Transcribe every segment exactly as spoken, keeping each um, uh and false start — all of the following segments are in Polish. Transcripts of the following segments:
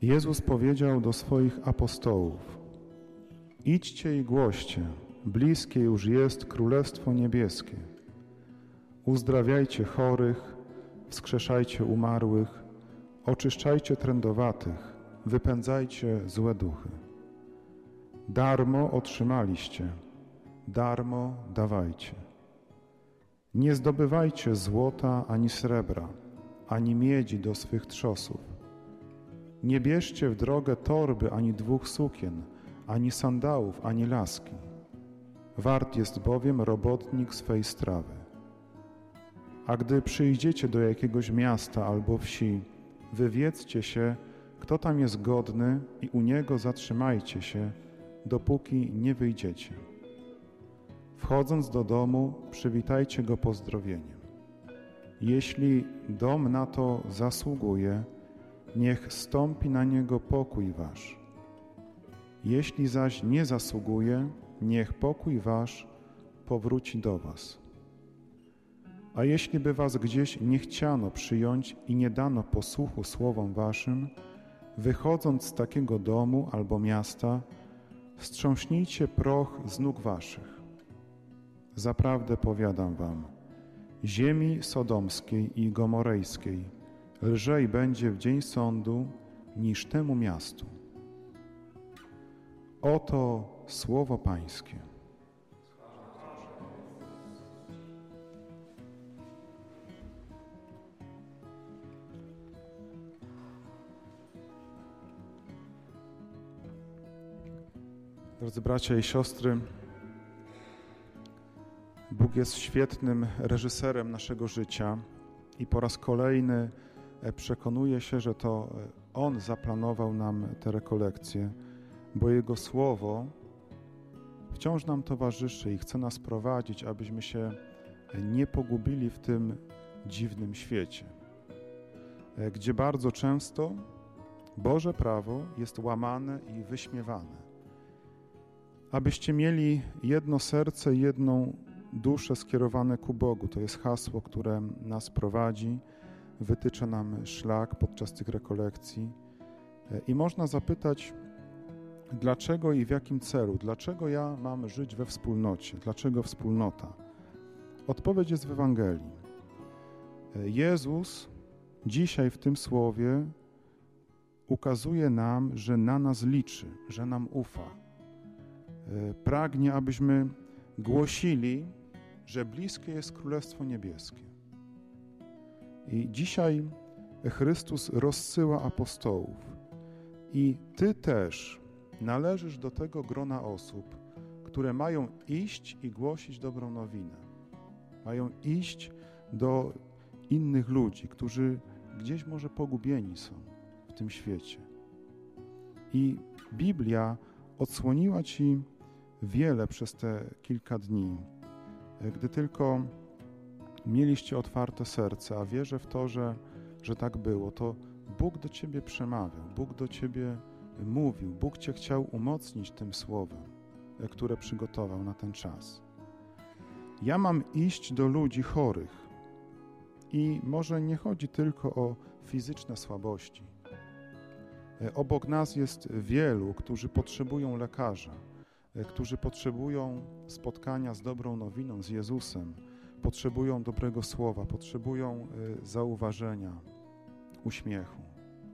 Jezus powiedział do swoich apostołów: idźcie i głoście, bliskie już jest Królestwo Niebieskie. Uzdrawiajcie chorych, wskrzeszajcie umarłych, oczyszczajcie trędowatych, wypędzajcie złe duchy. Darmo otrzymaliście, darmo dawajcie. Nie zdobywajcie złota ani srebra, ani miedzi do swych trzosów. Nie bierzcie w drogę torby ani dwóch sukien, ani sandałów, ani laski. Wart jest bowiem robotnik swej strawy. A gdy przyjdziecie do jakiegoś miasta albo wsi, wywiedzcie się, kto tam jest godny i u niego zatrzymajcie się, dopóki nie wyjdziecie. Wchodząc do domu, przywitajcie go pozdrowieniem. Jeśli dom na to zasługuje, niech stąpi na niego pokój wasz. Jeśli zaś nie zasługuje, niech pokój wasz powróci do was. A jeśli by was gdzieś nie chciano przyjąć i nie dano posłuchu słowom waszym, wychodząc z takiego domu albo miasta, strząśnijcie proch z nóg waszych. Zaprawdę powiadam wam, ziemi sodomskiej i gomorejskiej lżej będzie w dzień sądu niż temu miastu. Oto słowo Pańskie. Drodzy bracia i siostry, Bóg jest świetnym reżyserem naszego życia i po raz kolejny przekonuje się, że to On zaplanował nam te rekolekcje, bo Jego Słowo wciąż nam towarzyszy i chce nas prowadzić, abyśmy się nie pogubili w tym dziwnym świecie, gdzie bardzo często Boże prawo jest łamane i wyśmiewane. Abyście mieli jedno serce, jedną duszę skierowane ku Bogu. To jest hasło, które nas prowadzi, wytycza nam szlak podczas tych rekolekcji. I można zapytać, dlaczego i w jakim celu? Dlaczego ja mam żyć we wspólnocie? Dlaczego wspólnota? Odpowiedź jest w Ewangelii. Jezus dzisiaj w tym słowie ukazuje nam, że na nas liczy, że nam ufa. Pragnie, abyśmy głosili, że bliskie jest Królestwo Niebieskie. I dzisiaj Chrystus rozsyła apostołów i Ty też należysz do tego grona osób, które mają iść i głosić dobrą nowinę. Mają iść do innych ludzi, którzy gdzieś może pogubieni są w tym świecie. I Biblia odsłoniła Ci wiele przez te kilka dni. Gdy tylko mieliście otwarte serce, a wierzę w to, że, że tak było, to Bóg do Ciebie przemawiał, Bóg do Ciebie mówił, Bóg Cię chciał umocnić tym słowem, które przygotował na ten czas. Ja mam iść do ludzi chorych i może nie chodzi tylko o fizyczne słabości. Obok nas jest wielu, którzy potrzebują lekarza, którzy potrzebują spotkania z dobrą nowiną, z Jezusem, potrzebują dobrego słowa, potrzebują zauważenia, uśmiechu,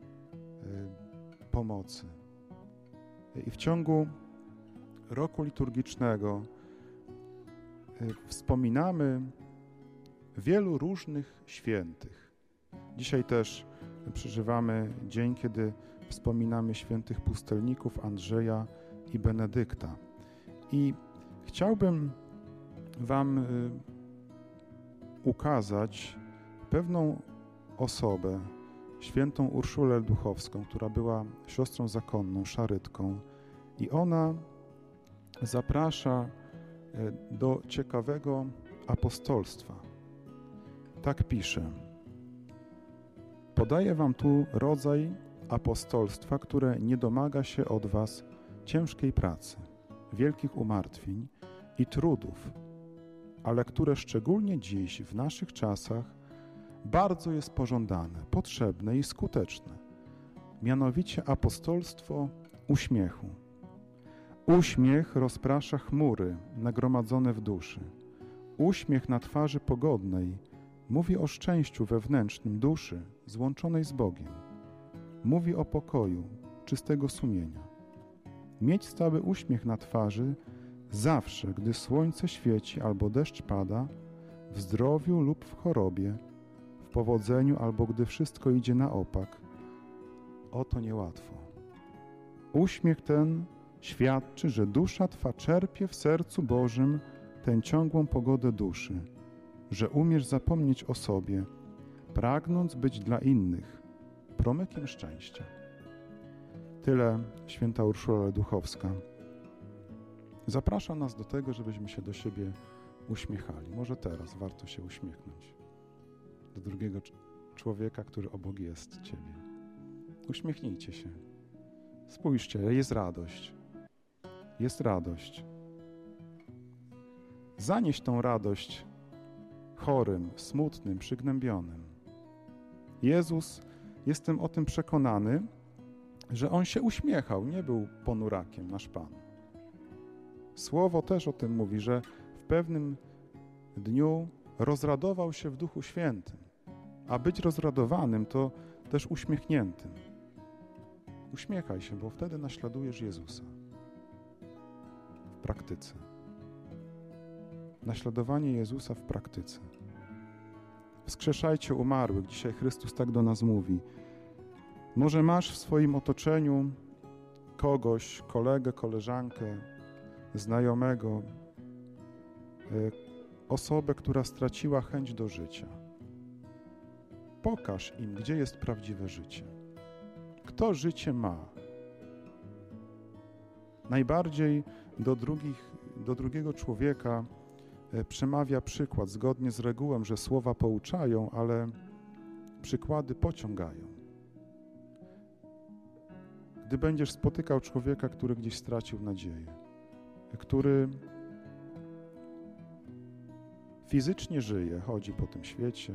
pomocy. I w ciągu roku liturgicznego wspominamy wielu różnych świętych. Dzisiaj też przeżywamy dzień, kiedy wspominamy świętych pustelników Andrzeja i Benedykta. I chciałbym Wam ukazać pewną osobę, świętą Urszulę Elduchowską, która była siostrą zakonną, szarytką, i ona zaprasza do ciekawego apostolstwa. Tak pisze: podaję Wam tu rodzaj apostolstwa, które nie domaga się od Was ciężkiej pracy, wielkich umartwień i trudów, ale które szczególnie dziś, w naszych czasach, bardzo jest pożądane, potrzebne i skuteczne. mianowicie apostolstwo uśmiechu. Uśmiech rozprasza chmury nagromadzone w duszy. Uśmiech na twarzy pogodnej mówi o szczęściu wewnętrznym duszy złączonej z Bogiem. Mówi o pokoju, czystego sumienia. Mieć stały uśmiech na twarzy zawsze, gdy słońce świeci albo deszcz pada, w zdrowiu lub w chorobie, w powodzeniu albo gdy wszystko idzie na opak. Oto niełatwo. Uśmiech ten świadczy, że dusza Twa czerpie w sercu Bożym tę ciągłą pogodę duszy, że umiesz zapomnieć o sobie, pragnąc być dla innych promykiem szczęścia. Tyle święta Urszula Ledóchowska. Zaprasza nas do tego, żebyśmy się do siebie uśmiechali. Może teraz warto się uśmiechnąć do drugiego człowieka, który obok jest Ciebie. Uśmiechnijcie się. Spójrzcie, jest radość. Jest radość. Zanieś tą radość chorym, smutnym, przygnębionym. Jezus, jestem o tym przekonany, że On się uśmiechał, nie był ponurakiem, nasz Pan. Słowo też o tym mówi, że w pewnym dniu rozradował się w Duchu Świętym, a być rozradowanym to też uśmiechniętym. Uśmiechaj się, bo wtedy naśladujesz Jezusa w praktyce. Naśladowanie Jezusa w praktyce. Wskrzeszajcie umarłych. Dzisiaj Chrystus tak do nas mówi. Może masz w swoim otoczeniu kogoś, kolegę, koleżankę, znajomego, osobę, która straciła chęć do życia. Pokaż im, gdzie jest prawdziwe życie. Kto życie ma? Najbardziej do, drugich, do drugiego człowieka przemawia przykład, zgodnie z regułą, że słowa pouczają, ale przykłady pociągają. Gdy będziesz spotykał człowieka, który gdzieś stracił nadzieję, który fizycznie żyje, chodzi po tym świecie,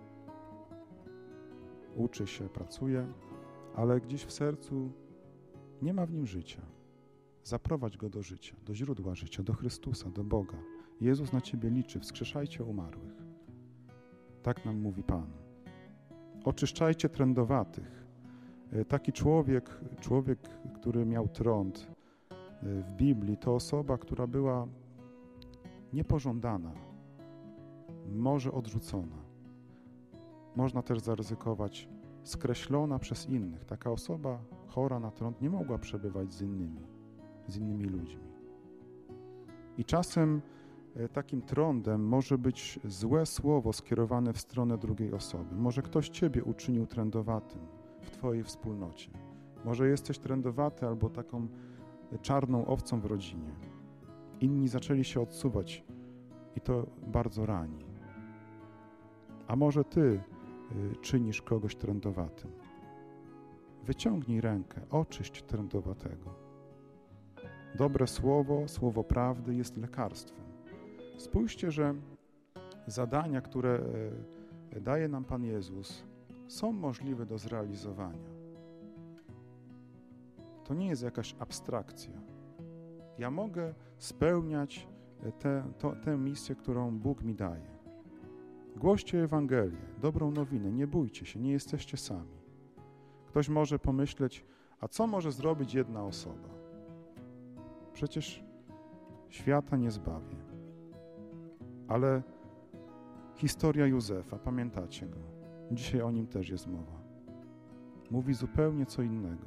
uczy się, pracuje, ale gdzieś w sercu nie ma w nim życia. Zaprowadź go do życia, do źródła życia, do Chrystusa, do Boga. Jezus na Ciebie liczy, wskrzeszajcie umarłych. Tak nam mówi Pan. Oczyszczajcie trędowatych. Taki człowiek, człowiek, który miał trąd w Biblii, to osoba, która była niepożądana, może odrzucona. Można też zaryzykować skreślona przez innych. Taka osoba chora na trąd nie mogła przebywać z innymi, z innymi ludźmi. I czasem takim trądem może być złe słowo skierowane w stronę drugiej osoby. Może ktoś Ciebie uczynił trędowatym w Twojej wspólnocie. Może jesteś trędowaty albo taką czarną owcą w rodzinie. Inni zaczęli się odsuwać i to bardzo rani. A może Ty y, czynisz kogoś trędowatym. Wyciągnij rękę, oczyść trędowatego. Dobre słowo, słowo prawdy jest lekarstwem. Spójrzcie, że zadania, które daje nam Pan Jezus, są możliwe do zrealizowania. To nie jest jakaś abstrakcja. Ja mogę spełniać tę, to, tę misję, którą Bóg mi daje. Głoście Ewangelię, dobrą nowinę, nie bójcie się, nie jesteście sami. Ktoś może pomyśleć, a co może zrobić jedna osoba? Przecież świata nie zbawię. Ale historia Józefa, pamiętacie go? Dzisiaj o nim też jest mowa. Mówi zupełnie co innego.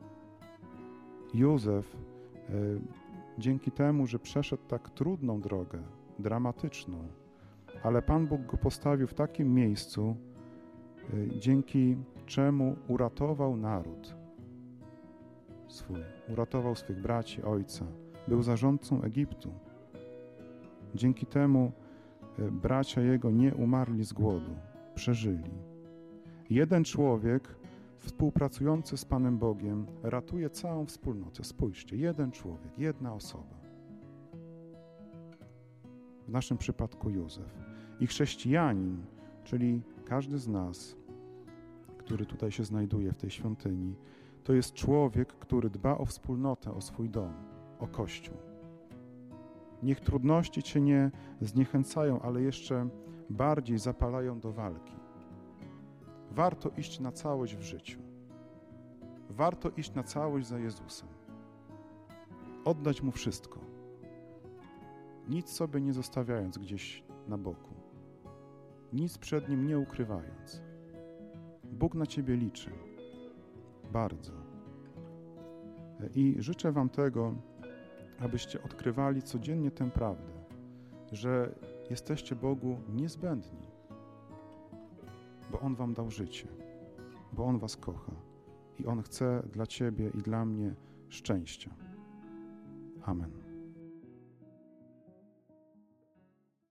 Józef, e, dzięki temu, że przeszedł tak trudną drogę, dramatyczną, ale Pan Bóg go postawił w takim miejscu, e, dzięki czemu uratował naród swój, uratował swych braci, ojca, był zarządcą Egiptu. Dzięki temu bracia jego nie umarli z głodu, przeżyli. Jeden człowiek współpracujący z Panem Bogiem ratuje całą wspólnotę. Spójrzcie, jeden człowiek, jedna osoba. W naszym przypadku Józef. I chrześcijanin, czyli każdy z nas, który tutaj się znajduje w tej świątyni, To jest człowiek, który dba o wspólnotę, o swój dom, o Kościół. Niech trudności Cię nie zniechęcają, ale jeszcze bardziej zapalają do walki. Warto iść na całość w życiu. Warto iść na całość za Jezusem. Oddać Mu wszystko. Nic sobie nie zostawiając gdzieś na boku. Nic przed Nim nie ukrywając. Bóg na Ciebie liczy. Bardzo. I życzę Wam tego, abyście odkrywali codziennie tę prawdę, że jesteście Bogu niezbędni, bo On Wam dał życie, bo On Was kocha i On chce dla Ciebie i dla mnie szczęścia. Amen.